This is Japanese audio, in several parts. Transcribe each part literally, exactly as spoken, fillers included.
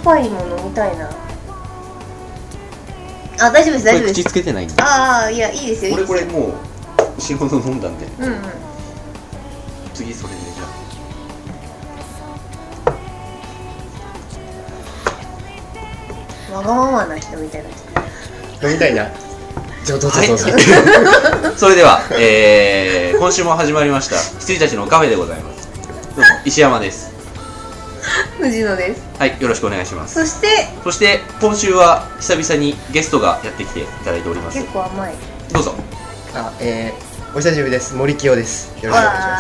パイも飲みたいな。あ、大丈夫です大丈夫です。 口つけてないんで。 ああ、いや、いいですよ。 俺これもう死ぬほど飲んだんで。 うんうん。 次それでじゃあ。わがままな人みたいな人。 飲みたいな。ちょっとどうぞどうぞ。 はい、それでは、えー、今週も始まりました羊たちのカフェでございます。どうも石山です。 藤野です。 はい、よろしくお願いします。 そしてそして今週は久々にゲストがやってきていただいております。 結構甘い。 どうぞ。 あ、えー、お久しぶりです。森清です。よろしくお願いします。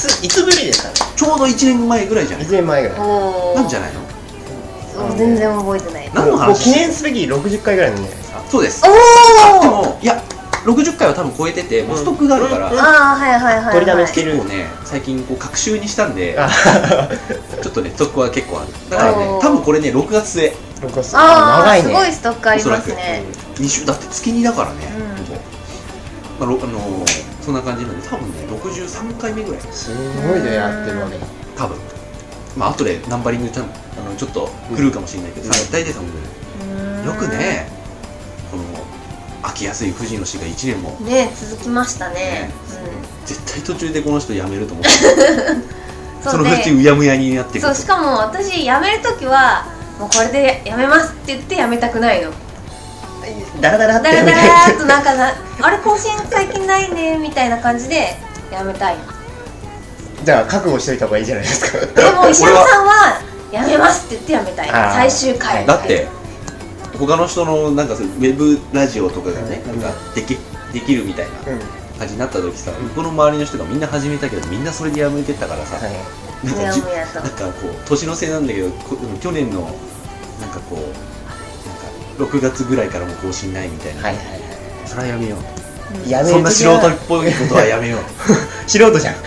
いついつぶりですかね。 ちょうどいちねんまえぐらいじゃない。 いちねんまえぐらい。 おー、 なんじゃないの。 全然覚えてない。 何の話。 もう記念すべきろくじゅっかいぐらいなんじゃないですか。 そうです。 おでもいやろくじゅっかいは多分超えてて、もうストックがあるから、 ああ、はいはいはい、はい、 取りだめしてる。 結構ね、最近こう隔週にしたんであちょっとねストックは結構ある。だからね、 おー多分これねろくがつ末。 ろくがつああ、 長いね。 すごいストックありますね。 に週だって月にだからね。 うん、 まあ、あのー、そんな感じなんで多分ねろくじゅうさんかいめぐらい。 すごいねやってるわけだ。 多分。まあ後でナンバリングちゃんあのちょっと狂うかもしれないけど、 うん、 大体そのぐらい。よくね、この飽きやすい藤野氏がいちねんもね続きましたね。 ね、 うん、 絶対途中でこの人辞めると思ってそ, そのうちうやむやになってくる。 そう、しかも私辞めるときはもうこれで辞めますって言って辞めたくないの。 ダラダラってだらだらーっとなんかなあれ更新最近ないねみたいな感じで辞めたい。 じゃあ覚悟しといた方がいいじゃないですか。 でも石山さんは辞めますって言って辞めたい。最終回だって他の人のなんかそうウェブラジオとかがね、なんかできできるみたいな感じになった時さ、向こうの周りの人がみんな始めたけどみんなそれでやめてったからさ、 はい、 なんかじむやむやとなんかこう年の瀬なんだけど、去年のなんかこうなんかろくがつぐらいからも更新ないみたいな、 はいはいはい、 それはやめよう、 うん、 やめそんな素人っぽいことはやめよう素人じゃん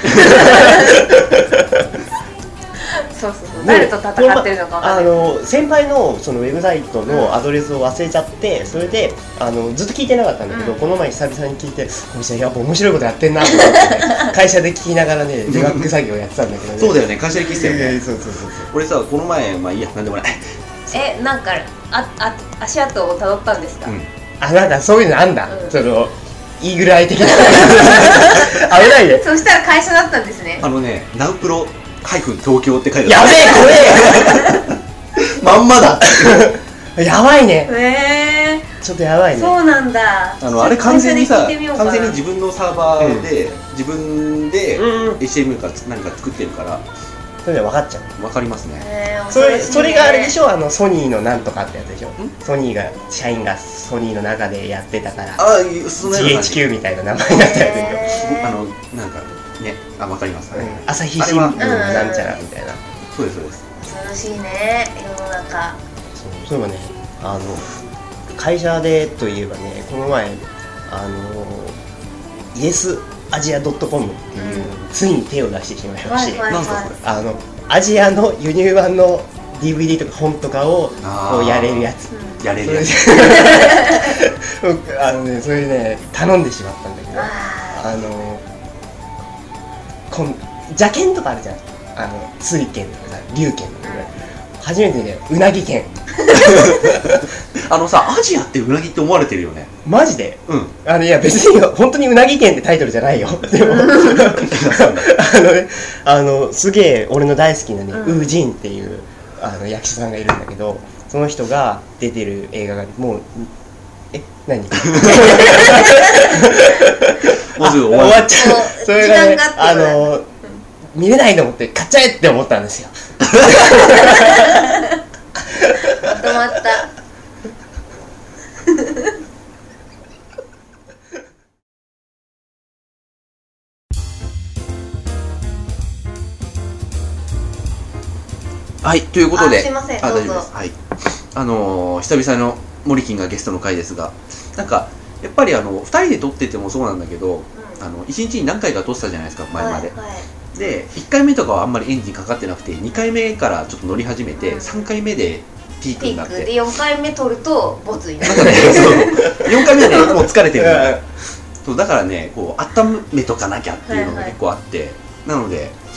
そうそうそう、誰と戦ってるのか分かんない。 あの先輩のそのウェブサイトのアドレスを忘れちゃって、それであのずっと聞いてなかったんだけど、うん、この前久々に聞いて、お店やっぱ面白いことやってんなと思って、ね、会社で聞きながらねデバッグ作業やってたんだけどね。 そうだよね、会社で聞いてたよね、えー、 そうそうそうそう。 俺さ、この前、まあいいや、なんでもない。 え、なんかああ足跡をたどったんですか、うん、 あ、なんかそういうのあんだ、うん、そのイーグルアイ的な危ないね。 そしたら会社だったんですね。 あのね、ナウプロハイフン東京って書いてある。やべえ、 これまんまだやばいね。 えー、 ちょっとやばいね。 そうなんだ。 あのあれ完全にさ、完全に自分のサーバーで、うん、自分で エイチティーエムエル か何か作ってるから、 それで分かっちゃう。 分かりますね。 えー、 それそれがあれでしょ、あのソニーのなんとかってやつでしょ。ソニーが社員がソニーの中でやってたから、 あ、そのジーエイチキュー みたいな名前になったやつでしょ。 えー、あのなんかね、あ、分かります、ね、うん、 朝日新聞なんちゃらみたいな。 そうですそうです。 恐ろしいね、世の中。 そうそういえばね、あの会社でといえばね、この前あのイエスアジア ドットコム っていう、うん、ついに手を出してしまいまして、 なんすかそれ。 あのアジアの輸入版の ディーブイディー とか本とかをこうやれるやつ、 うん、やれるやつあのね、それでね頼んでしまったんだけど、あのこん邪剣とかあるじゃん、あの水剣とかさ、龍剣とか、うん、初めてね、うなぎ剣あのさ、アジアってうなぎって思われてるよね。 マジで？ うん。 あの、いや別に本当にうなぎ剣ってタイトルじゃないよ。でもあのね、あのすげえ俺の大好きなね、うん、ウージンっていうあの役者さんがいるんだけど、その人が出てる映画がもうえ何？もうすぐ終わっちゃう。それがね、あの見れないと思って買っちゃえって思ったんですよ。 止まった。 はい、ということで、 あ、すいません、 あ、 どうぞ。 大丈夫です。はい、あのー、久々のモリキンがゲストの回ですが、なんかやっぱりあのふたりで撮っててもそうなんだけど、うん、あのいちにちに何回か撮ってたじゃないですか、前まで。はいはい、でいっかいめとかはあんまりエンジンかかってなくて、にかいめからちょっと乗り始めて、うん、さんかいめでピークになって、 でよんかいめ撮るとボツになる。 なんかね、そうよんかいめはね、もう疲れてるそうだからね、こう温めとかなきゃっていうのが結構あって、はいはい、なので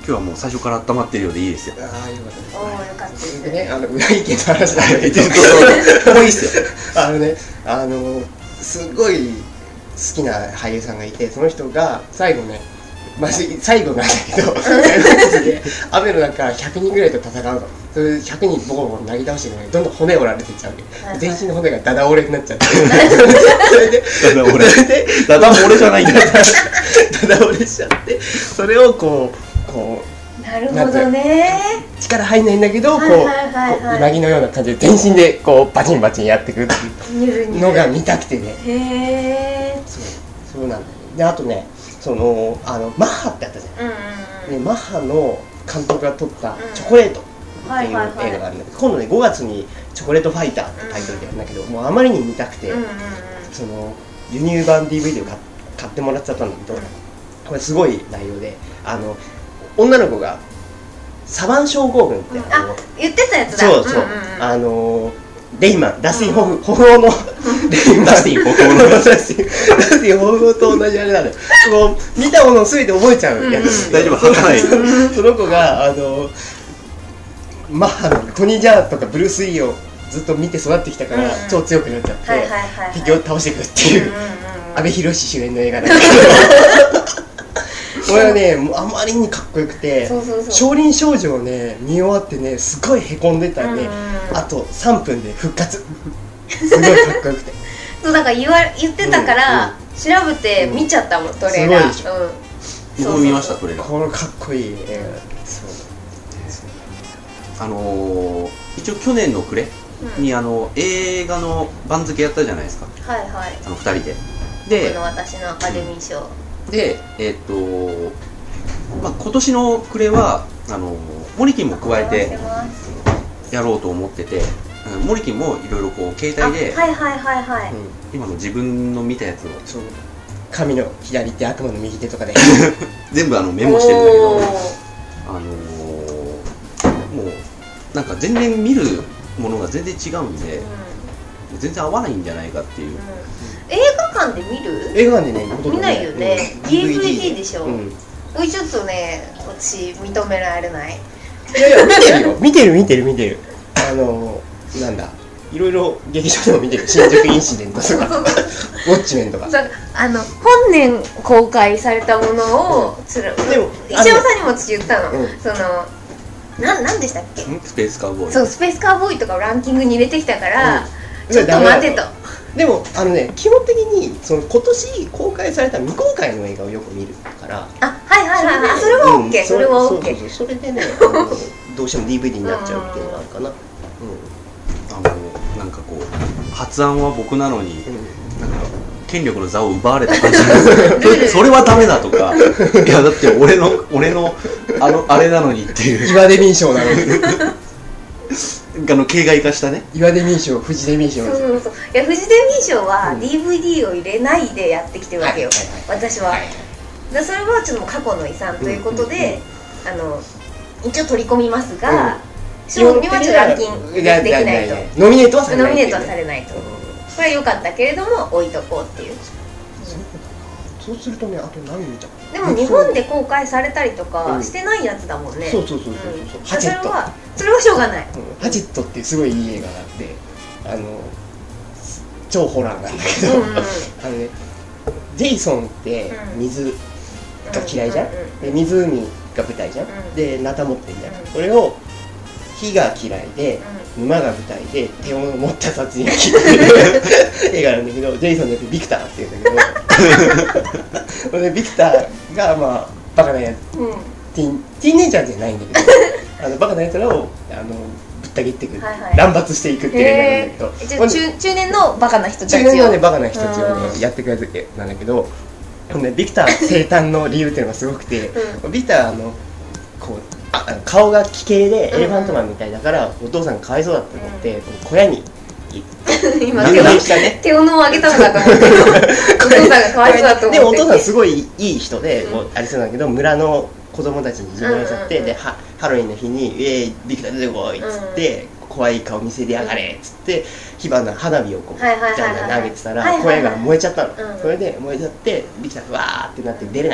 今日はもう最初から温まってるようでいいですよ。 ああよかったです。 おおよかったですでね、あのうなぎ家の話なんだけどもういいっすよ。 あのね、あのすごい好きな俳優さんがいて、その人が最後ね、まあ、最後なんだけど雨の中ひゃくにんぐらいと戦うの。それでひゃくにんボコボコ投げ倒してね、どんどん骨折られてっちゃうわけ、はい、全身の骨がダダ折れになっちゃってそれでダダ折れダダ折れじゃないんだダダ折れしちゃって、それをこうこうなるほどね、 力入んないんだけど、こううなぎのような感じで全身でこうバチンバチンやっていくっていうのが見たくてね。 へえ。 そうそうなんだよね。であとね、そのあのマッハってあったじゃん、うんうんうん、でマッハの監督が撮った「チョコレート」っていう映画があるんだけど、今度ねごがつに「チョコレートファイター」ってタイトルでやるんだけど、もうあまりに見たくて、うんうんうん、その輸入版 ディーブイディー を 買, 買ってもらっちゃったんだけど、これすごい内容で、あの女の子がサバン症候群って、 うん、あの言ってたやつだ。 そうそう、うんうんうん、あのレイマン、ダスティン・ホフ、ホフオのレイマン、ダスティン・ホフオのダスティン・ホフオと同じあれなのよ。こう見たものを全て覚えちゃうやつ。 大丈夫、吐かない。 その子があのマッハのトニー・ジャーとかブルース・イーをずっと見て育ってきたから、うん、超強くなっちゃって、はいはいはいはい、敵を倒していくっていう、うんうんうん、阿部寛主演の映画なんだけどこれはね、もうあまりにかっこよくて、そうそうそう、少林少女をね見終わってね、すごいへこんでたらね、うん、あとさんぷんで復活すごいかっこよくてそうだから言わ言ってたから、うんうん、調べて見ちゃったもん、トレーラー。すごいでしょ、うん、僕も見ました、トレーラー。 これかっこいい映画だ。そうあのー、一応去年の暮れに、うん、あの映画の番付やったじゃないですか、 はいはい、 あのふたりでで、 僕の私のアカデミー賞、 うん、でえー、っとまあ今年の暮れはあのモリキンも加えてやろうと思ってて、モリキンもいろいろこう携帯で、 はいはいはいはい、 うん、今の自分の見たやつを、 そう、神の左手悪魔の右手とかで全部あのメモしてるんだけど、あのもうなんか全然見るものが全然違うんで、うん、全然合わないんじゃないかっていう、うん、 映画館で見る？ 映画館でね、 見ないよね、うん、ディーブイディー でしょ、うん、ちょっとね、私認められない。 いやいや見てるよ見てる見てる見てるあのなんだ、いろいろ劇場でも見てる。新宿インシデントとかウォッチメンとか、 あの本年公開されたものを、うん、つらでも石山さんにも私言ったの、うん、そのななんでしたっけ、 スペースカウボーイ、 そう、スペースカウボーイとかをランキングに入れてきたから、うん、ちょっと待てと。 でもあのね、基本的にその今年公開された未公開の映画をよく見るから、 あ、はいはいはいはい、それは OK、うん、それは OK、 そうそうそう、それでねどうしても ディーブイディー になっちゃうっていうのがあるかな。うん、 あのなんかこう発案は僕なのに、うん、なんか権力の座を奪われた感じでそれはダメだとか、いやだって俺の俺のあのあれなのにっていう、 岩デミー賞なのにあの形骸化したね、 岩デミー賞、フジデミー賞、 そうそうそう、いやフジデミー賞は ディーブイディー を入れないでやってきてるわけよ、はいはいはい、私は、はいはい、だそれはちょっともう過去の遺産ということで、うんうんうん、あの一応取り込みますが、賞、うん、にはちょっとランキングできないと、 ノミネートはされない、 ノミネートはされないと、これは良かったけれども置いとこうっていう、うん、 そうするとね、あと何見た？ でも日本で公開されたりとかしてないやつだもんね、 うん、そうそうそうそうそう、うん、ハチェット、 それはしょうがない、 うん、ハチェットっていうすごいいい映画があって、あの超ホラーなんだけど、うんうん、あのね、ジェイソンって水が嫌いじゃん、うんうんうん、で湖が舞台じゃん、うん、でナタ持ってんじゃん、うん、それを火が嫌いで、うん、馬が舞台で手を持った殺人鬼っていう映画なんだけど、ジェイソンのやつビクターっていうんだけどでビクターがまあバカなやつ、うん、ティーン、ティーンネイジャーじゃないんだけどあのバカなやつらをあのぶった切っていく、はいはい、乱伐していくっていう映画なんだけど、 中, 中年のバカな人たちを中年の、ね、バカな人たちを、ね、やってくれるなんだけど、ね、ビクター生誕の理由っていうのがすごくて、うん、ビクターのこうあ顔が奇形でエレファントマンみたいだから、うん、お父さんがかわいそうだと思って、うん、小屋に今手を手をのを上げたのかと思ってお父さんがかわいそうだと思って、 でもお父さんすごいいい人で、うん、もうありそうなんだけど、村の子供たちにいじめられちゃって、うんうんうん、でハロウィンの日に「えー、ビクター出てこい」っつって、うん、怖い顔見せてやがれっつって火花花火をこうじゃんじゃん投げてたら小屋が燃えちゃったの、うん、それで燃えちゃってビクターがわーってなって出れないと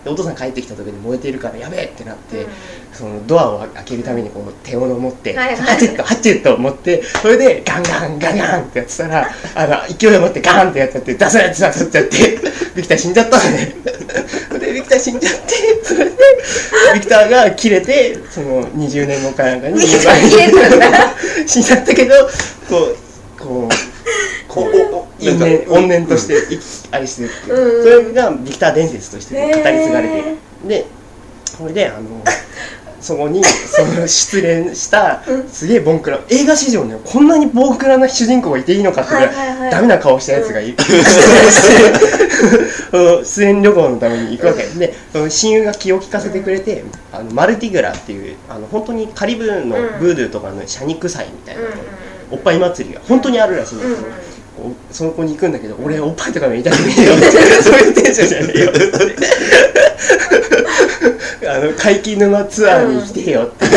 でお父さん帰ってきた時に燃えているからやべえってなって、 うん、 そのドアを開けるためにこう手斧を持って、 はいはい、 ハチェットハチェットを持ってそれでガンガンガンガンってやってたらあの勢いを持ってガンってやっちゃって出せやつだっちゃってビクター死んじゃったのねでビクター死んじゃってそれでビクターが切れてそのにじゅうねんごかなんかに死んじゃったけどこうこうこう因縁怨念としてあれしてるっていう、うん、それがビクター伝説として語り継がれているでそれであのそこにその失恋したすげえボンクラ映画史上ねこんなにボンクラな主人公がいていいのかってぐらい、はいはいはい、ダメな顔したやつがいる、うん、失恋旅行のために行くわけでその親友が気を利かせてくれて、うん、あのマルティグラっていうあの本当にカリブのブードゥーとかのシャニク祭みたいな、うん、おっぱい祭りが本当にあるらしいんだけど、うん、その子に行くんだけど俺おっぱいとか見たくねえよってそういうテンションじゃねえよってあの皆既沼ツアーに来てよって、うん、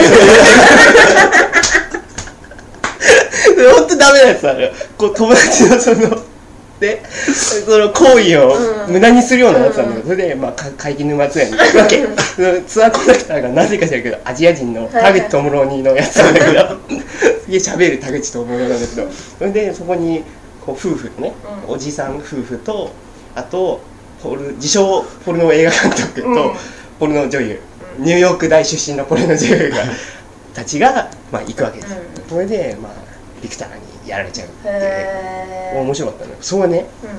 本当ダメなやつあるこう友達のそのでその行為を無駄にするようなやつなんだけど、それで、まあ、皆既沼ツアーに行くわけツアーコンダクターがなぜか知らんけどアジア人の田口智朗のやつなんだけどすげえ喋る田口智朗なんだけどそれでそこにこう夫婦ね、うん、おじさん夫婦とあとポル自称ポルノ映画監督と、うん、ポルノ女優ニューヨーク大出身のポルノ女優がたちが、まあ、行くわけです、うん、それで、まあ、ビクターにやられちゃうっていう面白かったねそれはね、うん、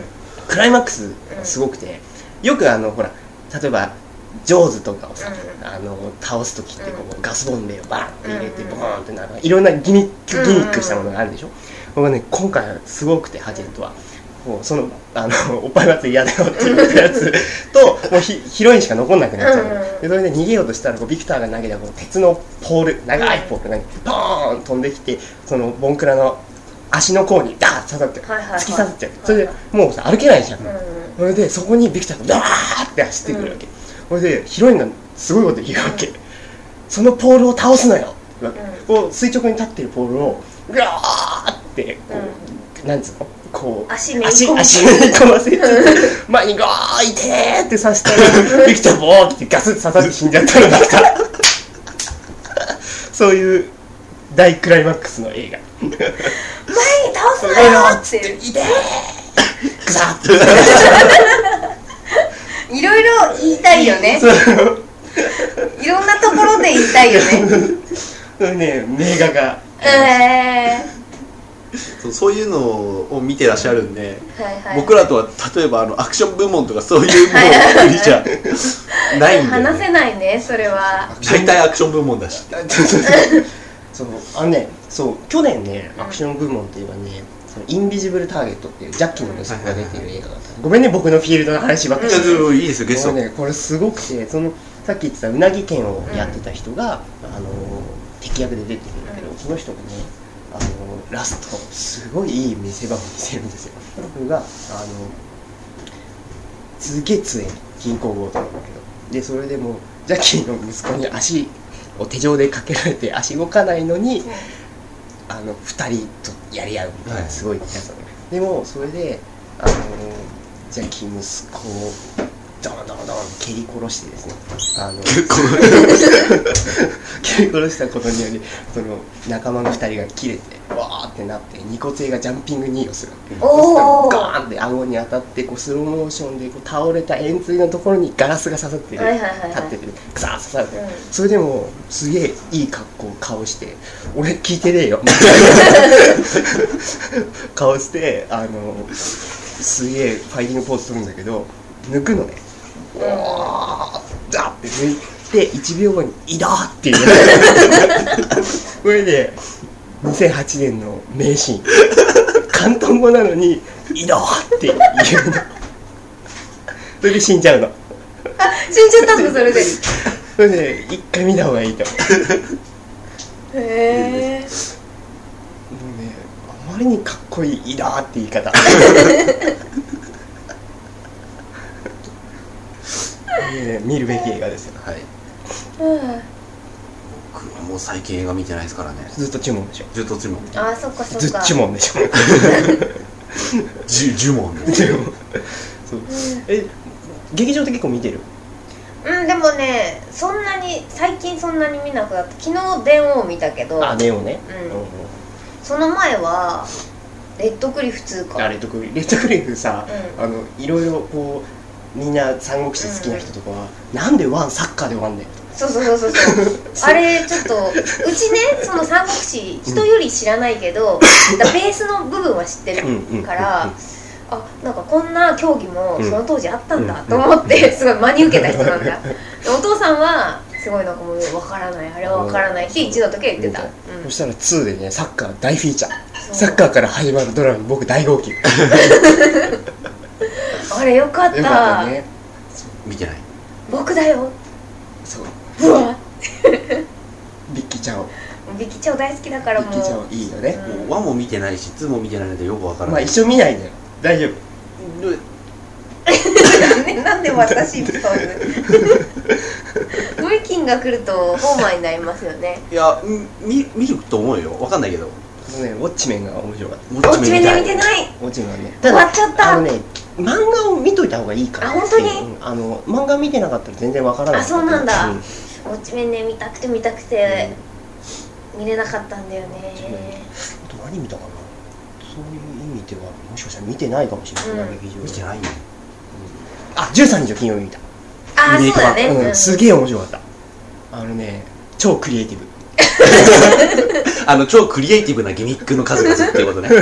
クライマックスがすごくてよくあのほら例えばジョーズとかをさ、うん、あの倒す時ってこう、うん、ガスボンベをバーンって入れてボーンってなるいろんなギミックギミックしたものがあるでしょ、うん、僕はね今回はすごくてハチェットはもうそのあのおっぱい祭り嫌だよって言ったやつともうヒ, ヒロインしか残んなくなっちゃう、うん、でそれで逃げようとしたらこうビクターが投げたこの鉄のポール長いポールがポーン飛んできてそのボンクラの足の甲にダーッ刺さっちゃう、はいはいはい、突き刺さっちゃうそれでもうさ歩けないじゃん、うん、それでそこにビクターがダーって走ってくるわけ、うん、それでヒロインがすごいこと言うわけ、うん、そのポールを倒すのよ、うん、こう垂直に立ってるポールをガーってこう、うん、なんつうのこう足めい込ませて前にガーいてーって刺したらビクターボーってガスッて刺さって死んじゃったのだったそういう大クライマックスの映画前に倒すなよっていてーグサッいろいろ言いたいよねいろんなところで言いたいよねそれね名画がえーそうそういうのを見てらっしゃるんで、 はいはいはい、 僕らとは例えばあのアクション部門とかそういうものをじゃないんで、ね、 話せないねそれは大体アクション部門だしそうあのねそう去年ねアクション部門っていうのはねそのインビジブルターゲットっていうジャッキーの息子が出ている映画だった、ごめんね僕のフィールドの話ばっかりして、 うん、いいですよゲスト、 ね、これすごくてそのさっき言ってたうなぎ剣をやってた人が、うん、あの敵役で出てるんだけど、うん、その人がねあのラストすごいいい見せ場を見せるんですよ。それがあのすげえ強い銀行強盗なんだけどでそれでもジャッキーの息子に足を手錠でかけられて足動かないのに、うん、あのふたりとやり合うみたいなすごいやつなの、はい、でもそれであのジャッキー息子をドンドンドン蹴り殺してですねあの蹴り殺したことによりその仲間のふたりが切れてわーってなってニコ杖がジャンピングニーをするわけ、そしたらガーンって顎に当たってこうスローモーションでこう倒れた円髄のところにガラスが刺さってる、 はいはいはいはい、 立っててグサーッ刺されて、うん、それでもすげえいい格好顔して俺聞いてねえよ顔してあのすげえファイティングポーズするんだけど抜くのねおーザッって抜いていちびょうごにイダーっていうこれでにせんはちねんの名シーン広東語なのにイダーって言うのそれで死んじゃうのあ死んじゃったんだそれでそれで一回見た方がいいと思うへえー、もうねあまりにかっこいいイダーって言い方ね、見るべき映画ですよ。はい。 うん、 僕はもう最近映画見てないですからね。 ずっと注文でしょ。 ずっと注文。 あ、そっかそっか。 ずっと注文でしょ。 じゅ呪文。 そう。え、劇場って結構見てる？ うん、でもねそんなに最近そんなに見なくなった。昨日電王を見たけど、 あ電王ね、 うんうんうん、 その前はレッドクリフツーか。 あレッドクリレッドクリフさ、 うん、 あのいろいろこうみんな三国志好きな人とかは、うん、なんでワンサッカーで終わんだよと。 そうそうそうそうそうあれちょっとうちねその三国志人より知らないけど、うん、ベースの部分は知ってるから、うんうんうんうん、あなんかこんな競技もその当時あったんだと思ってすごい真に受けた人なんだ。お父さんはすごいなんかもう分からないあれは分からないって一度だけ言ってた、うん、 そしたらツーでねサッカー大フィーチャー、サッカーから始まるドラマに僕大号泣あれよかった。よかったね。 見てない。 僕だよ。 そううわビッキーチャオビッキーチャオ大好きだからもうビッキーチャオいいよね、 うん、ワンも見てないしツーも見てないのでよくわからない。 まあ一緒見ないでよ大丈夫なんで私そうムイキンが来るとホーマーになりますよね。 いや見見ると思うよ。わかんないけどね、ウォッチメンが面白かった。 ウォッチメンで見てない。 ウォッチメンはね終わっちゃった。 あのね漫画を見といた方がいいから。 あ本当に、 うん、あの漫画見てなかったら全然わからない。 あそうなんだ、 うん、 ウォッチメンね見たくて見たくて、うん、見れなかったんだよね。 あと何見たかな。そういう意味ではもしかしたら見てないかもしれない、うん、劇場見てないよ、 うん、あじゅうさんにちの金曜日見た。 あそうだね、 うん、すげえ面白かった。あのね超クリエイティブあの超クリエイティブなギミックの数々っていうことね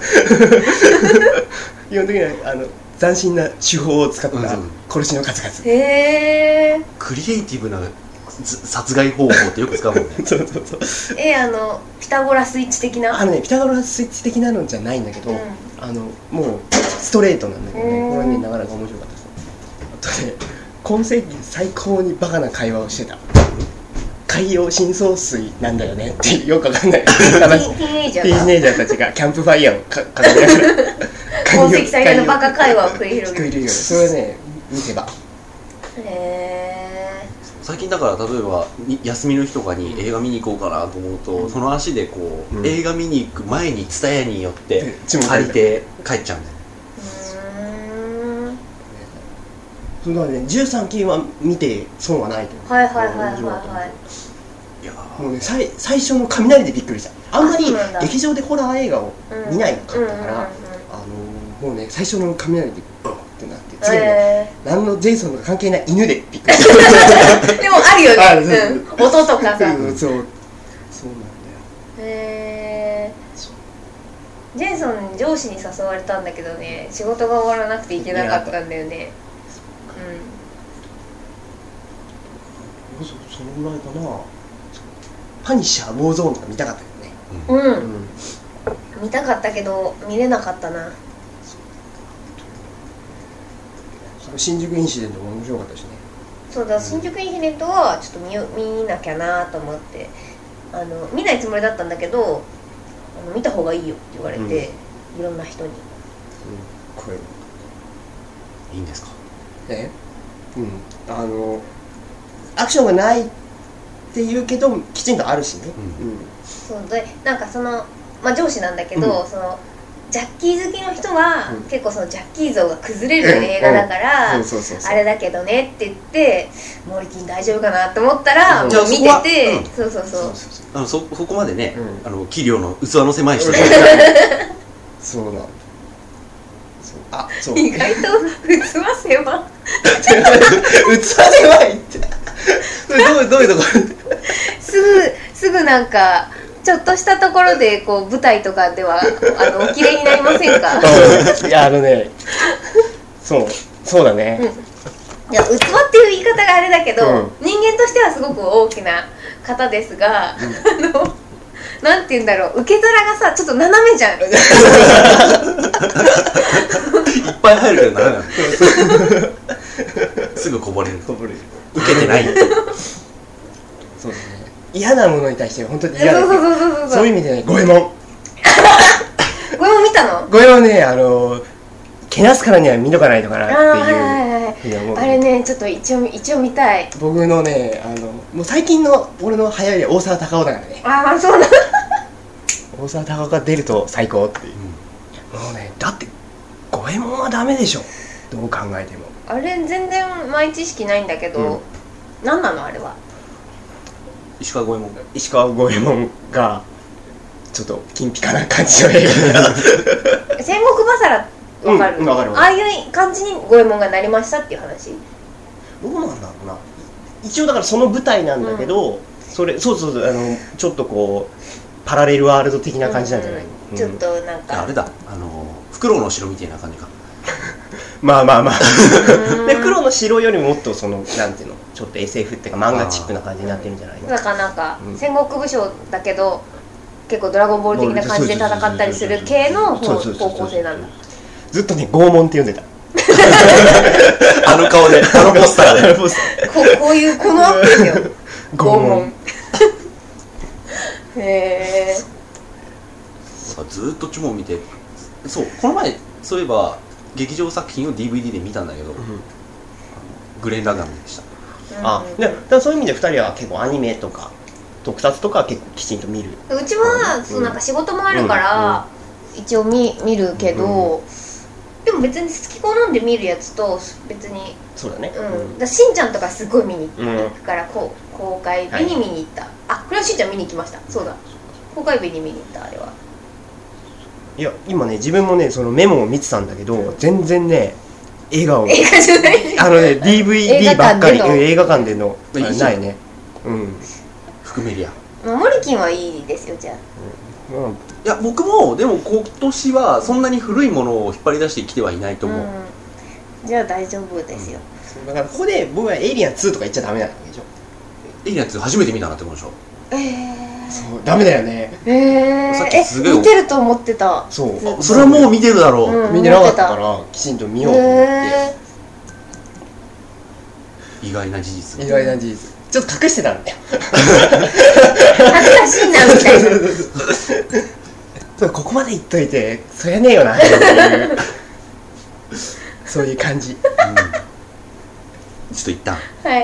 基本的にはあの斬新な手法を使った殺しの数々、 うん、へークリエイティブな殺害方法ってよく使うもんねそうそうそうえあのピタゴラスイッチ的なあのねピタゴラスイッチ的なのじゃないんだけど、うん、あのもうストレートなんだけどね、これねなかなか面白かったです。あとね今世紀最高にバカな会話をしてた。海洋深層水なんだよねってよくわかんない話。ティーネイジャーティーネイジャーたちがキャンプファイヤーをかかけながら今世紀最大のバカ会話を繰り広げる。 それはね見てば。 へー最近だから例えば休みの日とかに映画見に行こうかなと思うと、うん、その足でこう、うん、映画見に行く前にツタヤに寄って借りて帰っちゃうんだよ。 そうだね、じゅうさんきんは見て損はないと思う。 はいはいはいはいはい。 いやもうね、さい最初の雷でびっくりした。あんまり劇場でホラー映画を見ないかったから、あのもうね最初の雷でブンってなって、次に、ね、何のジェイソンとか関係ない犬でびっくりした。 でもあるよね。ある、うん、音とかさ。 そうそうそうなんだよ。 へー。ジェイソン上司に誘われたんだけどね、仕事が終わらなくて行けなかったんだよね。 うん、そ, そのぐらいかな。パニッシャーウォーゾーンとか見たかったよね。 うん、うんうん、見たかったけど見れなかったな。 新宿インシデントも面白かったしね。 そうだ、新宿インシデントはちょっと 見, 見なきゃなと思ってあの見ないつもりだったんだけど、あの見た方がいいよって言われて、うん、いろんな人に、うん、 これいいんですか。 え、うん、あのアクションがないって言うけどきちんとあるしね、うんうん、 そうでなんかその、まあ、上司なんだけど、うん、そのジャッキー好きの人は、うん、結構そのジャッキー像が崩れる映画だからあれだけどねって言ってモリキン大丈夫かなと思ったら、うん、もう見てて、うん、そうそうそうあの そ, そこまでね、うん、あの器量の器の狭い人じゃそうなあそう意外と器狭い器狭いってどうどういうところすぐすぐなんかちょっとしたところでこう舞台とかではあのお綺麗になりませんか？ いやあのねそうそうだね、 うん、いや器っていう言い方があれだけど、うん、人間としてはすごく大きな方ですが、うん、あのなんて言うんだろう、受け皿がさちょっと斜めじゃんいっぱい入るからなすぐこぼれる、こぼれる受けてないそうだね、嫌なものに対して本当に嫌だけど、そうそうそうそう、そういう意味でね、五右衛門五右衛門見たの？ 五右衛門ね、あのけなすからには見とかないとかなっていう、 あれね、ちょっと一応一応見たい。 僕のね、あのもう最近の俺の流行りは大沢たかおだからね。 ああ、そうな大沢たかおが出ると最高っていう、うん、もうね、だって五右衛門はダメでしょ、どう考えても。 あれ全然前知識ないんだけど、うん、 何なのあれは。 石川五右衛門石川五右衛門がちょっと金ピカな感じの映画戦国バサラわかる、 うん、分かる。 ああいう感じに五右衛門がなりましたっていう話。 どうなんだろうな。一応だからその舞台なんだけど、うん、それそうそうそう、あのちょっとこうパラレルワールド的な感じなんじゃない、 うんうん、ちょっとなんかあれだ、あのフクロウの城みたいな感じかまあまあまあで黒の城よりももっとそのなんていうのちょっと エスエフ っていうか漫画チックな感じになってるんじゃないの。 だからなんか、うん、戦国武将だけど結構ドラゴンボール的な感じで戦ったりする系の方向性なんだ。ずっとね拷問って呼んでたあの顔であのポスターでこ, こういうこのアップですよ拷問へえ。 ずっとチュモン見て、そうこの前そういえば劇場作品を ディーブイディー で見たんだけど、うん、あのグレン・ラガンでした。 あ、でだからそういう意味でふたりは結構アニメとか特撮とかは結構きちんと見る。 うちは、うん、そうなんか仕事もあるから、うん、一応 見, 見るけど、うん、でも別に好き好んで見るやつと別にそうだね、 うん、だしんちゃんとかすごい見に行くから、こう公開日に見に行った、はい、あ、これはしんちゃん見に行きました。そうだ、公開日に見に行った。あれはいや今ね自分もねそのメモを見てたんだけど、うん、全然ね映画を映画じゃないあのね ディーブイディー ばっかり映画館でのないね。うん含めりゃモリキンはいいですよじゃあ、 うんうん、いや僕もでも今年はそんなに古いものを引っ張り出してきてはいないと思う、 うん、じゃあ大丈夫ですよ、 うん、だからここで僕はエイリアンツーとか言っちゃダメなわけでしょ。 エイリアンツー初めて見たなってことでしょ。 えーそうダメだよね。 えー、さっきすげえ見てると思ってた。 そうそれはもう見てるだろう、 うん、見てなかったからきちんと見ようと思って、えー、意外な事実意外な事実ちょっと隠してたんだよ恥ずかしいなみたいなそうここまで言っといてそりゃねえよなっていうそういう感じ、うん、ちょっと一旦はい、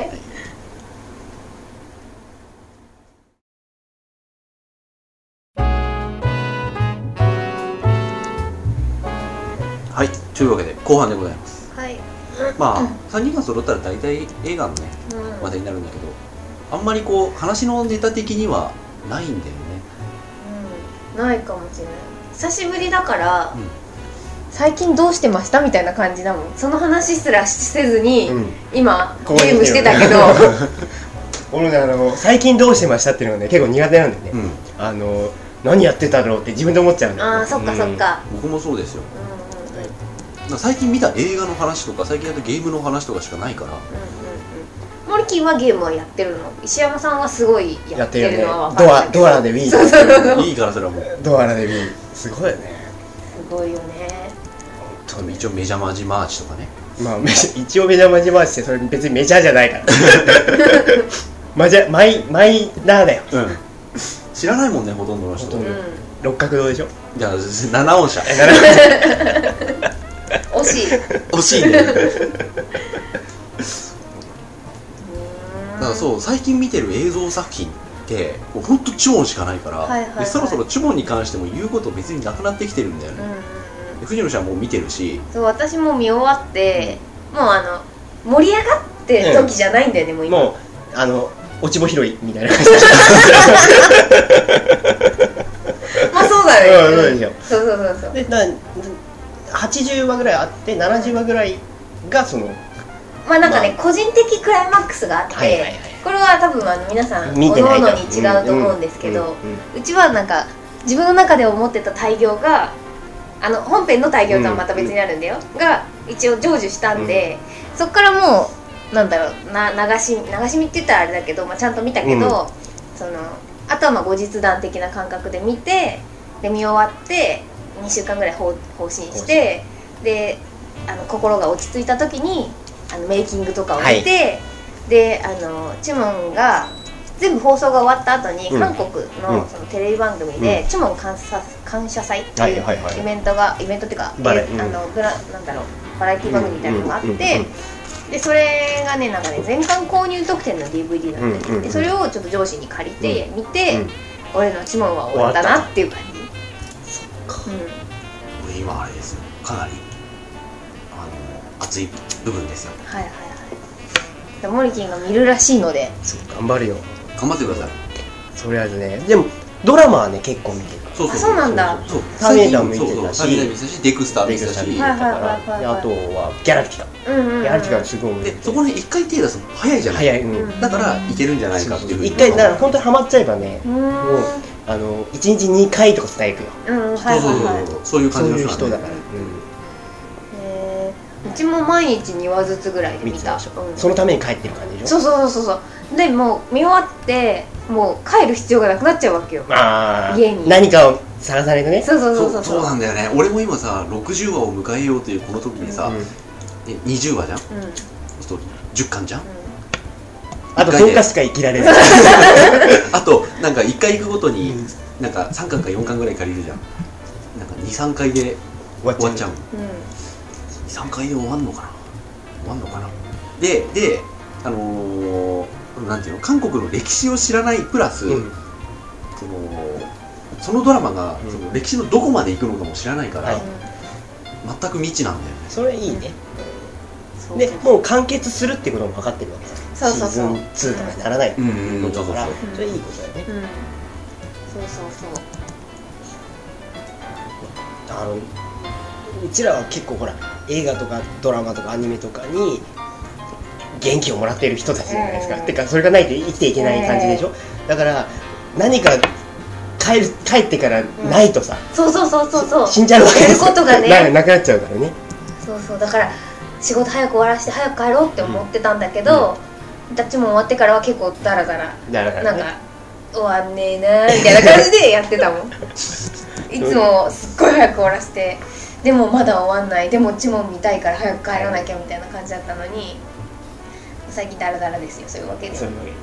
はい、というわけで後半でございます。 はい。 まあ、うん、さんにんが揃ったら大体映画のね、うん、話題になるんだけど、あんまりこう話のネタ的にはないんだよね。 うん、ないかもしれない。久しぶりだから、うん、最近どうしてましたみたいな感じだもん。その話すらせずに、うん、今ゲームしてたけど。 俺ねあの最近どうしてましたっていうのがね結構苦手なんだよね。うん、あの何やってたろうって自分で思っちゃうんだよね。 ああそっかそっか。 僕もそうですよ。最近見た映画の話とか最近やったゲームの話とかしかないから。 モリキンはゲームはやってるの。石山さんはすごいやってるのは分かる、ね、ドアドアで Wii いいからそれはもうドアで Wii すごいよね。 すごいよね。 一応メジャーマジマーチとかね。 まあ一応メジャーマジマーチってそれ別にメジャーじゃないからマジャマイマイナーだよ、うん、 知らないもんねほとんどの人、うん、 六角堂でしょ。 じゃあ七音社惜しい惜しいねだからそう最近見てる映像作品ってもうほんとチュモンしかないから、はいはいはい、でそろそろチュモンに関しても言うこと別になくなってきてるんだよね、うんうんうん、藤野ちゃんもう見てるしそう私も見終わって、うん、もうあの盛り上がってる時じゃないんだよね、うん、もう今もうあの落ち穂拾いみたいな感じまあそうだね、 うん、そうでしょ。 そうそうそうそうでなはちじゅうわぐらいあってななじゅうわぐらいがそのまあなんかね、まあ、個人的クライマックスがあって、はいはいはい、これは多分あの皆さん各々に違うと思うんですけど、うちはなんか自分の中で思ってた大業があの本編の大業とはまた別にあるんだよ、うん、が一応成就したんで、うん、そっからもうなんだろうな流し流し見って言ったらあれだけど、まあ、ちゃんと見たけど、うん、そのあとはまあ後日談的な感覚で見てで見終わってにしゅうかんぐらい放信してであの心が落ち着いた時にあのメイキングとかを見て、はい、であのチュモンが全部放送が終わった後に、うん、韓国 の, そのテレビ番組で、うん、チュモン感謝、感謝祭っていうイベントが、はいはいはい、イベントっていうかバラ、うん、あのブラなんだろうバラエティ番組みたいなのがあって、うんうんうん、でそれがねなんかね全巻購入特典の ディーブイディー なんだけど、うんうんうん、でそれをちょっと上司に借りて見て、うん、俺のチュモンは終わったなっていう感じ。 そっか、うん、今あれですよかなりあの熱い部分ですよ。 はいはいはい。 モリキンが見るらしいので、 そう頑張るよ。 頑張ってください。 とりあえずね。でもドラマはね結構見てる。 そうそうあ、そうなんだ。 そうターミネーターも見てたし、 ターミネーター見てたし、デクスター見てたし、 デクスター見てたから、であとはギャラクティカ。 うんうんうん、 ギャラクティカすごい面白い。 でそこに一回手出すの早いじゃない。 早い。うん。 だからいけるんじゃないかっていうふうに。 一回だから本当にハマっちゃえばね、 うーん、 もうあの一日二回とか伝えくよ。 うん、はいそうそうはいはい。 そうそういう感じのそういう人なんで人だから。 へー、うちも毎日にわずつぐらいで見た。 見てたでしょ。 うん、 そのために帰ってる感じでしょ。 そうそうそうそう。でもう見終わってもう帰る必要がなくなっちゃうわけよ。 ああ。 家に何かを探さないとね。 そうそうそそううそう。 そうなんだよね。俺も今さろくじゅうわを迎えようというこの時にさ、 うんでにじゅうわじゃん。 うんうん。 そうするとじゅっかんじゃん。 あととおかしか生きられない。 あとなんかいっかい行くごとになんかさんかんかよんかんぐらい借りるじゃん。なんかにさんかいで終わっちゃう。 うんにさんかいで終わんのかな終わんのかな。でであのー、なんていうの、韓国の歴史を知らないプラス、 うん、 そのそのドラマが、 うん、 その歴史のどこまで行くのかも知らないから、 はい、 全く未知なんだよね。 それいいね。 うん、 でもう完結するってことも分かってるわけじゃん。 そうそうそう、 シーズンツーとかにならないっていうことだから、 うんうん、 それいいことだよね。 うん、そうそうそう。 あのうちらは結構ほら映画とかドラマとかアニメとかに元気をもらっている人たちじゃないですか、 うん、 てかそれがないと生きていけない感じでしょ、うん、だから何か帰る帰ってからないとさ、 うん、そうそうそうそうそう死んじゃうわけですよ。 やることがねな, なくなっちゃうからね。 そうそう、だから仕事早く終わらせて早く帰ろうって思ってたんだけど、うん、たちも終わってからは結構ダラダラダラダラ、ね、 なんか終わんねえなーみたいな感じでやってたもんいつもすっごい早く終わらせて、でもまだ終わんない、でもうちも見たいから早く帰らなきゃみたいな感じだったのに、最近ダラダラですよ。そういうわけで。 そういうわけで、ね、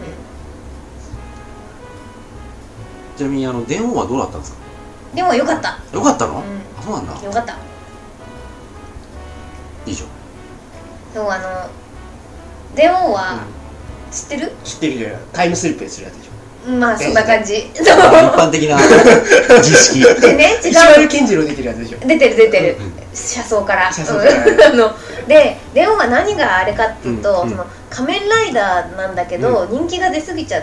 うん、ちなみにあの電王はどうだったんですか？ でもよかった。 よかったの？ うん、 あ、そうなんだ。 よかった。 いいじゃん。 でもあの電王は、うん、知ってる？ 知ってるよ。タイムスリップするやつでしょ。 まあそんな感じ。 一般的な知識。 でね、違う。 石丸健二郎出てるやつでしょ。 出てる出てる。うん、車窓から。 車窓から。 あので電王は何があれかっていうと、うん、その仮面ライダーなんだけど、うん、人気が出過ぎちゃって、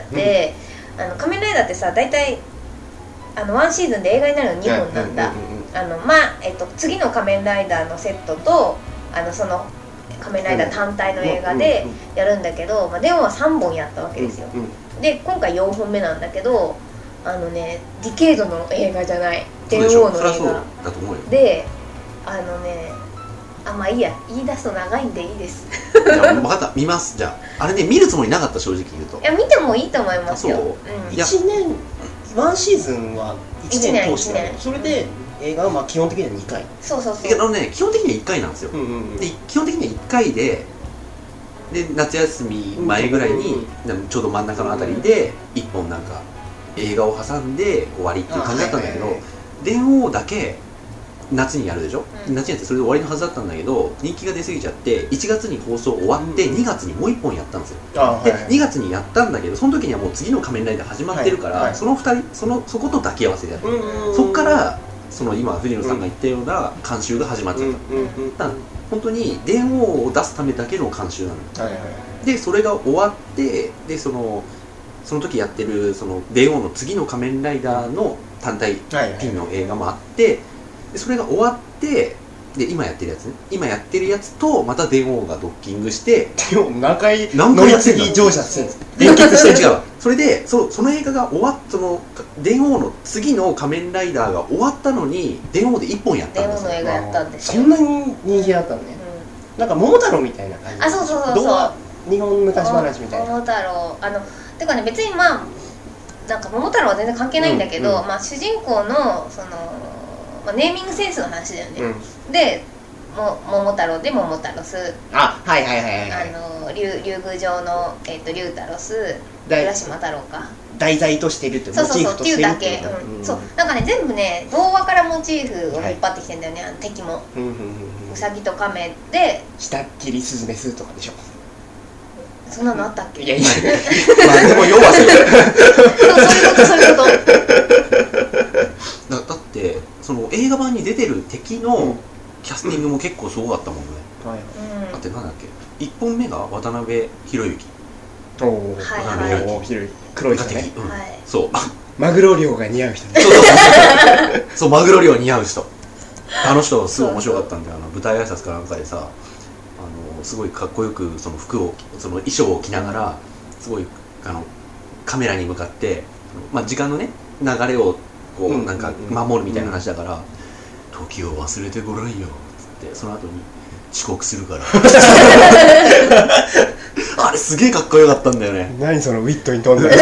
うん、あの仮面ライダーってさ大体あのワンシーズンで映画になるのにほんなんだ。あのまあえっと次の仮面ライダーのセットとあのその仮面ライダー単体の映画でやるんだけど、まあ、電王はさんぼんやったわけですよ。うんうん、で今回よんほんめなんだけど、あのねディケードの映画じゃない電王の映画で、あのねあまあいいや、言い出すと長いんでいいですいや分かった、見ます。じゃああれね見るつもりなかった、正直言うと。 いや見てもいいと思いますよ。 うん、いちねんワンシーズンはいちねん通してそれで映画はまあ基本的にはにかい。 そうそうそう。 あのね基本的にはいっかいなんですよ。うんうんうん、で基本的にはいっかいでで夏休み前ぐらいに、うん、ちょうど真ん中のあたりでいっぽんなんか映画を挟んで終わりっていう感じだったんだけど、電王だけ夏にやるでしょ、うん、夏にやってそれで終わりのはずだったんだけど人気が出過ぎちゃっていちがつに放送終わってにがつにもういっぽんやったんですよ。で、はいはい、にがつにやったんだけどその時にはもう次の仮面ライダー始まってるから、はいはい、そのふたりそのそこと抱き合わせでやって、そっからその今藤野さんが言ったような監修が始まっちゃった、うんうんうん、だから本当に電王を出すためだけの監修なの、はいはい、でそれが終わってでそのその時やってるその電王の次の仮面ライダーの単体ピンの映画もあって、はいはい、でそれが終わってで今やってるやつね今やってるやつとまた電王がドッキングして何回何回やってんだ乗車するんですか連結して違うそれで そ, その映画が終わっその電王の次の仮面ライダーが終わったのに電王でいっぽんやったんですよ。 電王の映画やったんですよ。 そんなに人気だったのね、うん、なんか桃太郎みたいな感じ。 あ、そうそうそうそう日本昔話みたいな。 桃太郎あのてかね別にまあなんか桃太郎は全然関係ないんだけど、うんうん、まあ主人公のその、まあ、ネーミングセンスの話だよね、うん、でも桃太郎で桃太郎ス、 あ、はいはいはいはい、 あの竜竜宮城の、えー、と竜太郎ス浦島太郎か題材としてるってモチーフとしてるっていうだけ、うんうん、そうなんかね全部ね童話からモチーフを引っ張ってきてんだよね、はい、あの敵も、うんうんうんうん、うさぎと亀で下っ切りスズメスとかでしょ。 そんなのあったっけ？ いやいやまあでも要はそういうことそういうことだ, だってその映画版に出てる敵のキャスティングも結構すごかったもんね、うん、 ってなんだっけ、いっぽんめが渡辺裕之。 おお、 はいはいおお、広い黒い人ね。 うん、 はい、 そうマグロ漁が似合う人ね。 そうそうそうそうマグロ漁似合う人、あの人すごい面白かったんだよ。あの舞台挨拶かなんかでさ、あのすごいかっこよくその服をその衣装を着ながらすごいあのカメラに向かって、まあ、時間のね流れをこうなんか守るみたいな話だから、時を忘れてごらんよっつってその後に遅刻するからあれすげえかっこよかったんだよね。 何そのウィットに飛んだ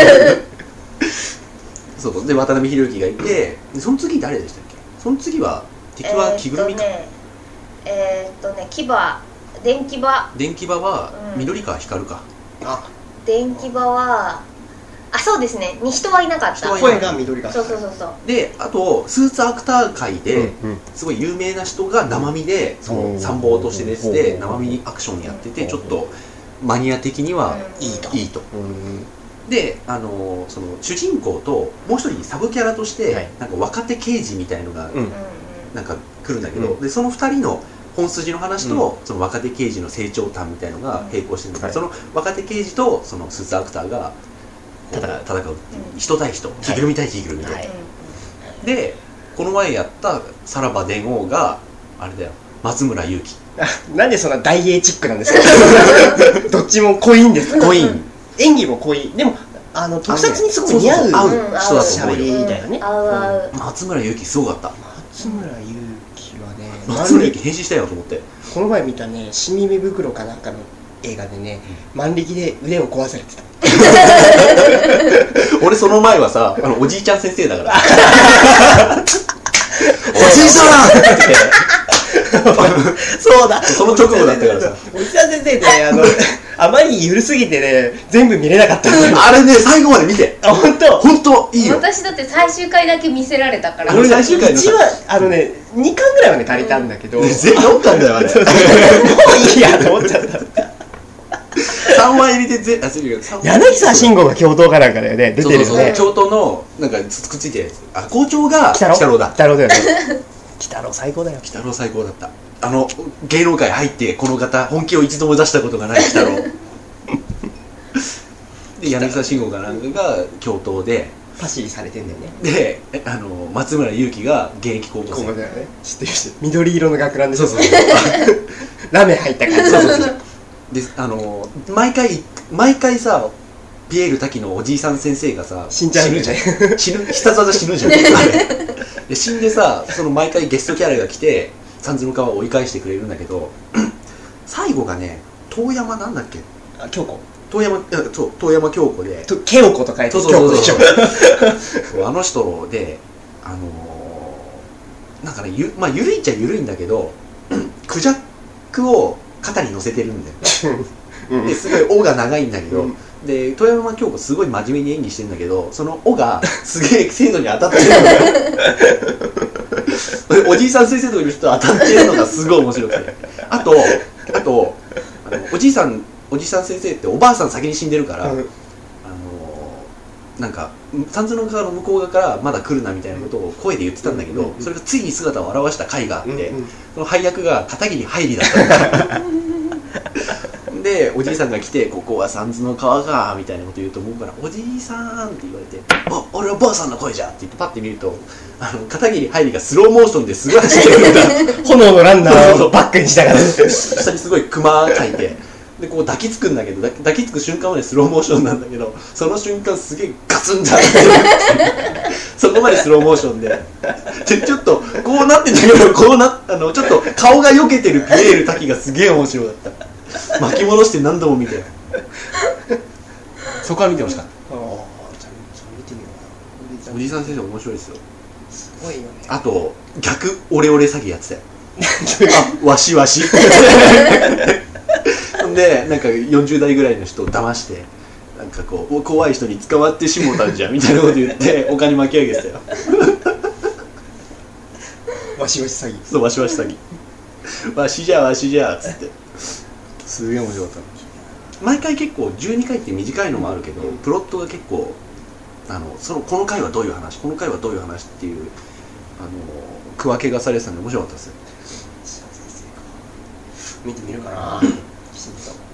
そうで渡辺裕之がいて、でその次誰でしたっけ。その次は敵は着ぐるみか。 えーっとね、えーっとね牙電気場電気場は緑川光か、 うん、あ、 電気場はあ、そうですね、に人はいなかった。 声が緑川。 そうそうそうそう。 で、あとスーツアクター界ですごい有名な人が生身で、その参謀として出てて生身アクションやってて、ちょっとマニア的にはいいと、いいと。で、あのその主人公ともう一人サブキャラとして、はい、なんか若手刑事みたいのがなんか来るんだけど、うん、でそのふたりの本筋の話と、うん、その若手刑事の成長譚みたいのが並行してるんだけど、うん、その若手刑事とそのスーツアクターが戦う、戦うっていう、うん、人対人、着ぐるみ対着ぐるみたいな、はい、でこの前やったさらば電王があれだよ、松村雄基。 なんでそんな大英チックなんですかどっちも濃いんですか。 濃いん演技も濃い。でもあの特撮にすごい似合う人だと思う。喋りみたいなね。 松村雄基すごかった。 松村雄基はね、 松村雄基変身したよと思って。 この前見たね、しみ目袋かなんかの映画でね、万力で腕を壊されてた。 俺その前はさ、あのおじいちゃん先生だからおじいさんってそうだ、 その直後だったからさ、 おじさん先生ね、あのあまりに緩すぎてね、全部見れなかった。 あれね、最後まで見て。 あ、本当。 本当いいよ。 私だって最終回だけ見せられたから。 俺最終回のいちわあのね、にかんぐらいはね足りたんだけど、 うん、全よんかんだよあれ。もういいやと思っちゃった。 さんわ入りでぜ、あ、 柳沢慎吾が教頭かなんかだよね、出てるよね。そうそうそう、教頭のなんかくっついてるやつ。あ、校長が鬼太郎だ。 鬼太郎だよね。鬼太郎最高だよ。 鬼太郎最高だった。あの芸能界入ってこの方本気を一度も出したことがない鬼太郎で柳沢慎吾がなんかが教頭でパシリされてんだよね。 で、あの松村雄基が現役高校生。 高校だよね。知ってるし、緑色の学ランでしょ。そうそうラメ入った感じ。そうそうそう。 で、あの毎回毎回さ、ピエール滝のおじいさん先生がさ死んじゃうじゃん。 死ぬ、必殺技死ぬじゃん。で死んでさ、その毎回ゲストキャラが来て三途の川を追い返してくれるんだけど、最後がね、遠山なんだっけ、 あ、京子、 遠山、そう、遠山京子で、 京子と書いて京子でしょ。 あの人で、あのー、なんかね、ゆ、まあ緩いっちゃ緩いんだけど、クジャクを肩に乗せてるんだよ。ですごい尾が長いんだけど、うん、で遠山京子すごい真面目に演技してるんだけど、その尾がすげえ精度に当たってるんだよ。おじいさん先生とかいる人当たってるのがすごい面白くて、あとあとあのおじいさんおじいさん先生っておばあさん先に死んでるから、うん、あのなんか三途の川の向こう側からまだ来るなみたいなことを声で言ってたんだけど、うんうんうん、それがついに姿を現した回があって、うんうん、その配役が片桐はいりだったんで、おじいさんが来て、ここは三途の川かみたいなこと言うと思うから、おじいさんって言われて、あ、俺はばあさんの声じゃって言ってパッて見ると、あの片桐はいりがスローモーションですごい走ってるんだ。 炎のランナーをバックにしながら下にすごい熊描いて、でこう抱きつくんだけど、抱きつく瞬間までスローモーションなんだけど、その瞬間すげえガツンだってそこまでスローモーションで、でちょっとこうなってんだけど、こうなあのちょっと顔が避けてるピエール滝がすげえ面白かった。巻き戻して何度も見てそこは見てほしかった。ああ、じゃあ見てみような。おじいさん先生面白いですよ。 すごいよね。 あと逆オレオレ詐欺やってたよ。あ、わしわしでなんかよんじゅう代ぐらいの人を騙して、なんかこう怖い人に捕まってしもたんじゃんみたいなこと言ってお金巻き上げてたよ。 わしわし詐欺。 そう、わしわし詐欺。わしじゃわしじゃっつってすげえ面白かった。毎回結構じゅうにかいって短いのもあるけど、プロットが結構あのそのこの回はどういう話、この回はどういう話っていうあの区分けがされてたんで面白かったですよ。 見てみるかな。 してる人。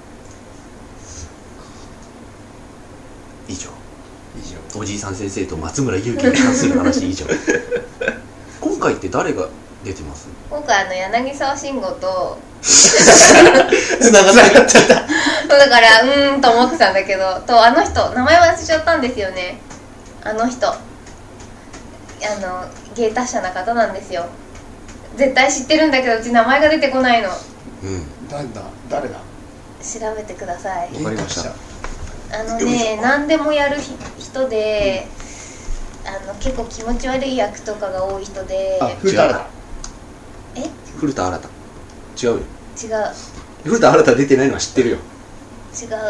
以上以上。 おじいさん先生と松村雄輝に関する話以上今回って誰が出てます？ 今回あの柳沢慎吾とつながっちゃったそうだからうーんと思ってたんだけど、とあの人名前忘れちゃったんですよね。あの人あの芸達者な方なんですよ。絶対知ってるんだけどうち名前が出てこないの。 うんなんだ誰だ。 調べてください。 わかりました。 あのね何でもやる人で、うん、あの結構気持ち悪い役とかが多い人で。 あ、古田新太。 え古田新太違うよ。 違う古田新太出てないのは知ってるよ。 違うちょ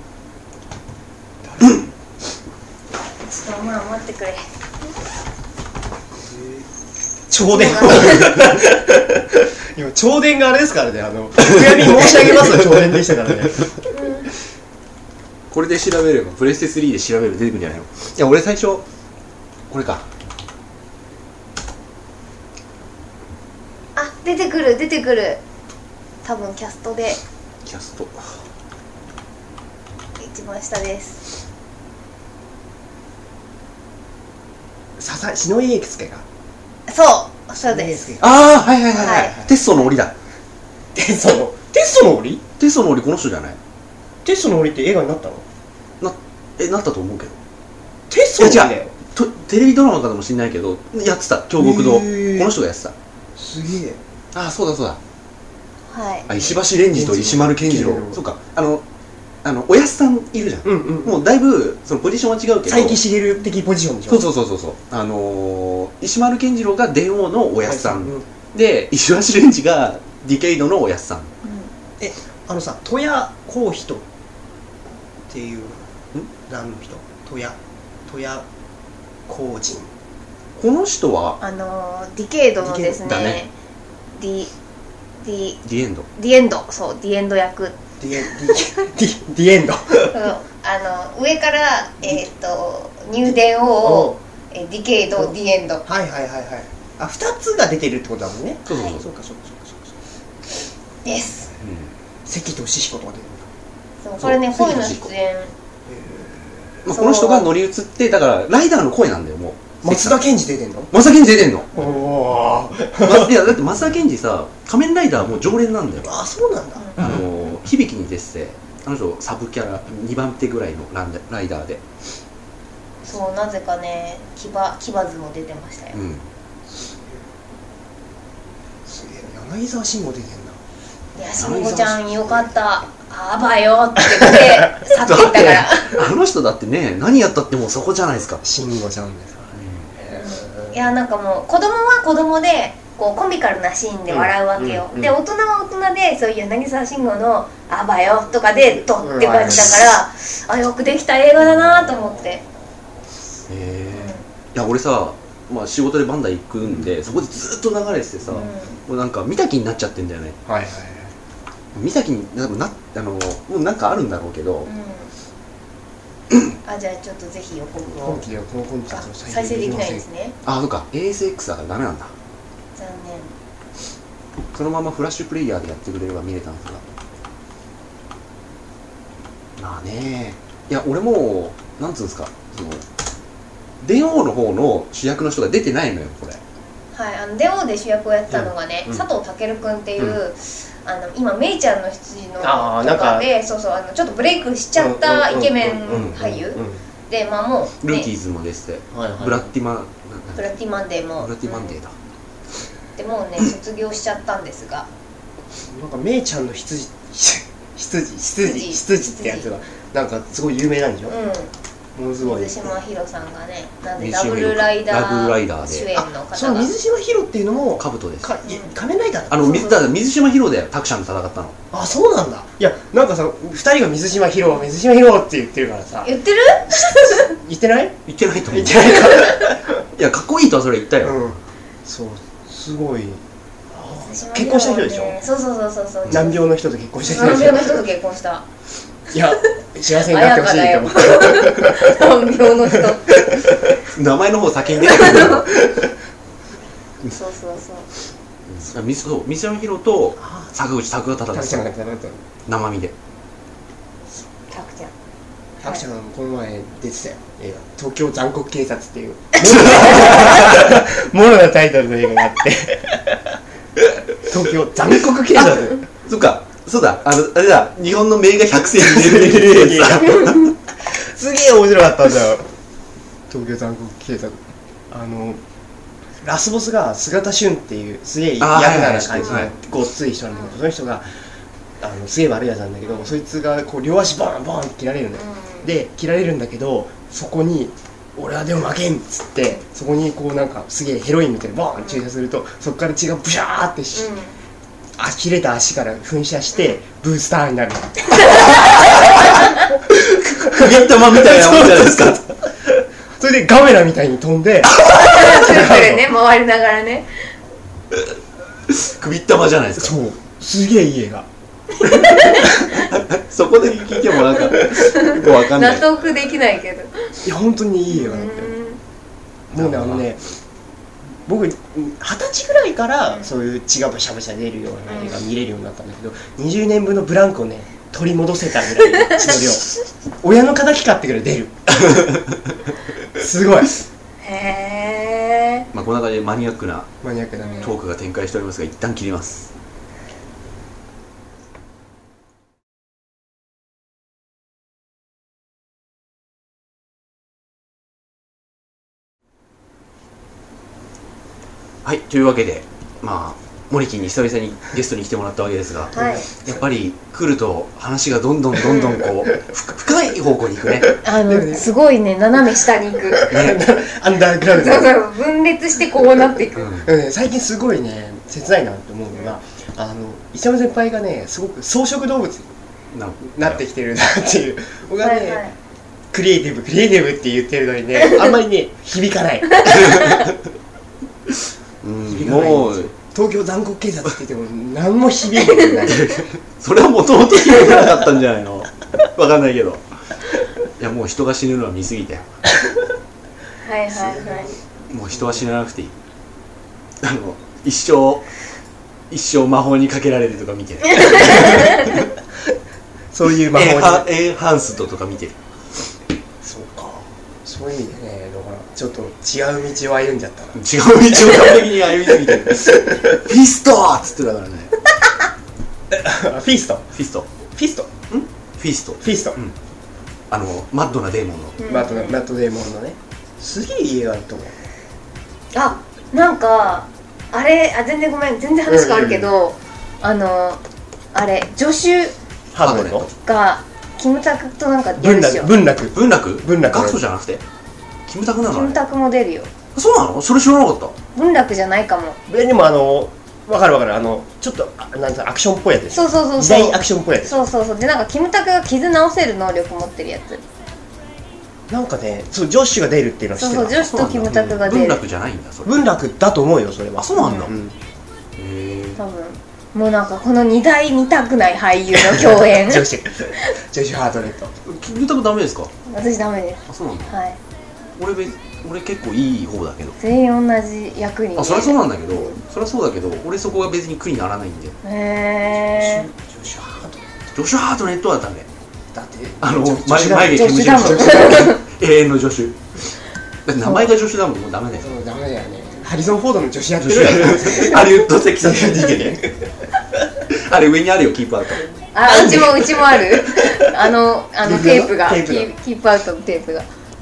っとまあ待ってくれ。 超電今超電があれですからね、あのお悔やみ申し上げますの超電でしたからねこれで調べればプレステスリーで調べれば出てくるんじゃないの。いや俺最初これか。 あ出てくる出てくる。多分キャストでキャスト一番下です。 ささ篠井英介か。 そうそうです。 ああはいはいはいはい、 はい、 テッソの檻だ。 テッソのテッソの檻テッソの檻この人じゃない？ テッソの檻って映画になったの？ なえなったと思うけど。 テッソの檻だよ。 とテレビドラマかもしれないけどやってた京極堂。この人がやってた。 すげえ。 ああそうだそうだ。 はい。 あ石橋蓮司と石丸健次郎。そうかあのあのおやすさんいるじゃん。うんうん、もうだいぶそのポジションは違うけど。 佐伯茂的ポジションでしょ。 そうそうそうそうあのー、石丸健次郎が電王のおやすさん、はいうん、で石橋蓮司がディケイドのおやすさん、うん、 えあのさ戸谷公人っていう何の人戸谷戸谷公人この人はあのー、ディケイドのですねねディディディエンドディエンドそうディエンド役ディエンディディエンドあの上からえっ、ー、と入電王ディケイドディエンド。 はいはいはいはい。あふたつが出てるってことだもんね。 そうそうそう、 はい、そうかそうかそうかそうかです。 うん、関俊彦とか出るんだ。 そうこれね声の出演。 まあこの人が乗り移ってだからライダーの声なんだよもう。 松田健二出てんの？ 松田健二出てんの。 おお、 ま。いやだって松田健二さ仮面ライダーもう常連なんだよ。 あそうなんだ。 あの響に出ててあの人サブキャラにばん手ぐらいのライダーで。 そうなぜかねキバキバズも出てましたよ。うん。 すげえ柳沢慎吾出てんな。 いや慎吾ちゃんよかった。あばよって言って去っていったから。 あの人だってね何やったってもうそこじゃないですか。 慎吾ちゃんです。 いやなんかもう子供は子供でこうコミカルなシーンで笑うわけよ、うんうんうん、で大人は大人でそういう柳沢慎吾の「あばよ」とかでドッって感じだから、うん、あよくできた映画だなと思って。へえー、いや俺さ、まあ、仕事でバンダイ行くんで、うん、そこでずっと流れててさ、うん、もうなんか見た気になっちゃってんだよね。はいはいはい。見た気にななあのもうなんかあるんだろうけど、 うん、あじゃあちょっとぜひ予告を。 今期ではこのコンテンツを再生できないですね。 あそうか エーエスエックス だからダメなんだ。 残念。 そのままフラッシュプレイヤーでやってくれれば見れたんですが、まあねいや俺もなんつうんですかその電王の方の主役の人が出てないのよこれ。 はい、あの電王で主役をやってたのがね、うん、佐藤健君っていう、うん、あの今めいちゃんの羊のとかでそうそうあのちょっとブレイクしちゃったイケメン俳優で、まあもう、 ね、ルーキーズもですって、はいはい、ブラッティマブラッティマンデーもブラッティマンデーだ、 うん、でもうね卒業しちゃったんですがなんかめいちゃんの羊羊羊羊ってやつがなんかすごい有名なんでしょ。うんものすごい水島ひろさんがねなんでダブルライダー主演の方がその水島ひろっていうのもカブトです。 仮面ライダーあの水だ水島ひろでタクシャンと戦ったの。 あそうなんだ。いやなんかさふたりが水島ひろ水島ひろって言ってるからさ。 言ってる言ってない言ってないと思う。 言ってないかいやかっこいいとはそれ言ったよ、うん、 そうすごい結婚した人でしょ。 そうそうそうそうそう難病の人と結婚した人でしょ。 難病の人と結婚したいや幸せになってほしいと思って難病の人名前の方先に出てくるそうそうそうみそう水山ヒロと坂口拓が戦ってた生身で。 タクちゃんタクちゃんこの前出てたよ、映画「東京残酷警察」っていうモロなタイトルの映画があって東京残酷警察そっか、そうだ、あのあれだ、日本の名画ひゃくせんに出るべきやつすげえ面白かったんだよ東京残酷警察。あのラスボスが菅田俊っていうすげえ役な感じのごっつい人なんだけど、その人があのすげえ悪いやつなんだけど、そいつがこう両足ボンボンって切られるんだよ、うん、で切られるんだけど、そこに俺はでも負けんっつってそこにこうなんかすげえヘロインみたいにボーン注射すると、そこから血がブシャーってし、うん、あ切れた足から噴射してブースターになる首玉みたいなもんじゃないですかそれでガメラみたいに飛んでくるくるね回りながらね首玉じゃないですか。 そうすげえいい映画そこで聞いてもなんかよくわかんない、 納得できないけど、 いや本当にいい映画だったよ。もうねあのね僕二十歳ぐらいからそういう血がブシャブシャ出るような映画見れるようになったんだけど、にじゅうねんぶんのブランクをね取り戻せたぐらいの血の量親の敵かってぐらい出るすごい。 へえ。 まあこの中でマニアックなマニアックなねトークが展開しておりますが、一旦切ります。はい、というわけで、まあモリキンに久々にゲストに来てもらったわけですが、 はい、 やっぱり来ると話がどんどんどんどんこう深い方向に行くね。 あのすごいね、斜め下に行く、ね、 アンダーグラウンド。 そうそう、分裂してこうなっていく、 うん、最近すごいね切ないなと思うのが、あの石山先輩がねすごく草食動物になってきてるなっていう、僕がね、はいはい、クリエイティブクリエイティブって言ってるのにねあんまりね響かないうん、もう東京残酷警察って言っても何も響いてないそれはもともと響かなかったんじゃないのわかんないけど、いやもう人が死ぬのは見過ぎたよはいはいはい、 もう人は死ななくていい、あの一生一生魔法にかけられるとか見てるそういう魔法にエンハンストとか見てる。 そうか、そういう意味でね、だからちょっと違う道を歩んじゃったな。 違う道を完璧に歩みすぎてるフィストーっつってたからねフィストフィストフィストんフィストフィスト、うん、 あのマッドなデーモンの、 うん、マッドなマッドデーモンのね、すげえいい映画だと思う。 あ、なんかあれ、あ、全然ごめん、全然話変わるけど、うんうん、あのあれ助手ハードネットがキムタクとなんか出るでしょ。 文楽文楽文楽ガクトじゃなくてキムタクなの。 キムタクも出るよ。 そうなの？それ知らなかった。 文楽じゃないかも。 でもあの分かる分かる、あのちょっとなんてアクションっぽいやつです。 そうそうそうそう、 時代アクションっぽいやつ。 そうそうそう。でなんかキムタクが傷直せる能力持ってるやつ。 なんかね、そうジョッシュが出るっていうのは知ってる。 そうそう、ジョッシュとキムタクが出る。 文楽じゃないんだそれ。 文楽だと思うよそれは。 あ、そうなんだ。 うん、 へえ。 多分もうなんかこの二大見たくない俳優の共演ジョッシュジョッシュハートネット。 キムタクダメですか？ 私ダメです。 あ、そうなんだ。 はい。 俺べ俺結構いい方だけど。 全員同じ役に。 あ、そりゃそうなんだけど、そりゃそうだけど、俺そこが別に苦にならないんで。 へえ。 ジョッシュハートネット。 ジョッシュハートネットはダメ。 だってあの眉毛毛虫の永遠の助手。名前が助手だもん、もうダメだよ。 そうダメだよね。ハリソン・フォードの助手やってるやつ。 ハリウッドテキサスに逃げて。あれ上にあるよ、キープアウト。 あ、うちもうちもある。あのあのテープがキープアウトのテープが。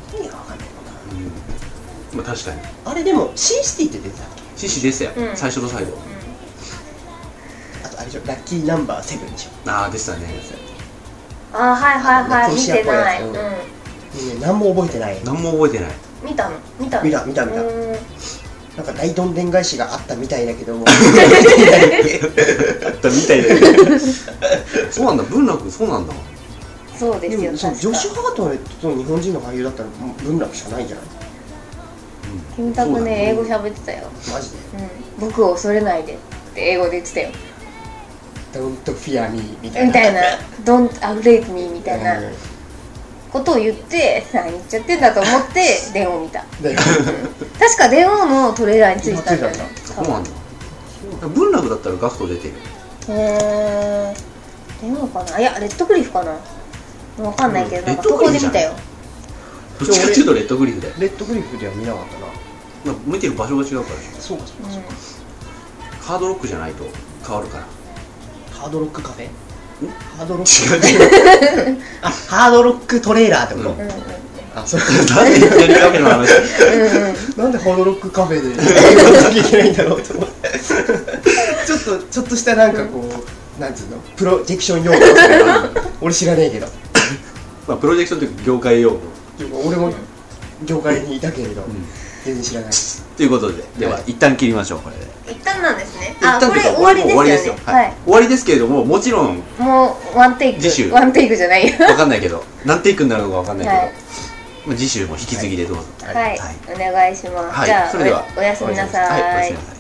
まあ確かに。 あれでもシーシティって出てたっけ？ シシですよ、最初と最後。 あとあれでしょ、ラッキーナンバーセブンでしょ。 ああ、でしたね。 あ、はいはいはい、見てない。うん。 何も覚えてない。 何も覚えてない。 見たの？見たの？ 見た見た見た。なんか大どんでん返しがあったみたいだけども。あったみたいだけど。そうなんだ、文楽そうなんだ。 そうですよ。 でもそのジョシュ・ハートネットと日本人の俳優だったら文楽しかないんじゃない？ キムタクね、英語喋ってたよ。 マジで？ うん。僕を恐れないでって英語で言ってたよ。 Don't fear me みたいな。 みたいな。Don't outlet me みたいなことを言って、何言っちゃってんだと思って電王を見た。確か電王のトレーラーについてたんだよね。 そうなんだ。 文楽だったらガクト出てる。 へえ出るのかな。いやレッドクリフかな、わかんないけど、 うん、 なんかそこで見たよ。 どっちかっていうとレッドクリフだよ。 レッドクリフでは見なかったな。 まあ見てる場所が違うからでしょ。 そうかそうかそうか、 うん、ハードロックじゃないと変わるから。 ハードロックカフェ、ハードロック違う違うあ、ハードロックトレーラーってこと、うんうん、あ、そうなんでいきなりカフェの話なんでハードロックカフェで言わなきゃいけないんだろうと思ってちょっとちょっとしたなんかこうなんつうのプロジェクション用語とか俺知らねえけどまあプロジェクションというか業界用語、 俺も業界にいたけれど、うん、全然知らないということで、では、はい、一旦切りましょう。これで一旦なんですね。 あ、これ終わりですよね。終わりですよ、はいはい、終わりですけれども、もちろんもうワンテイク次週ワンテイクじゃないよわかんないけど何テイクになるのかわかんないけど、はい、まあ次週も引き継ぎでどうぞ。 はい、はい、お願いします、はい、じゃあそれではおやすみなさい。 はい、おやすみなさい。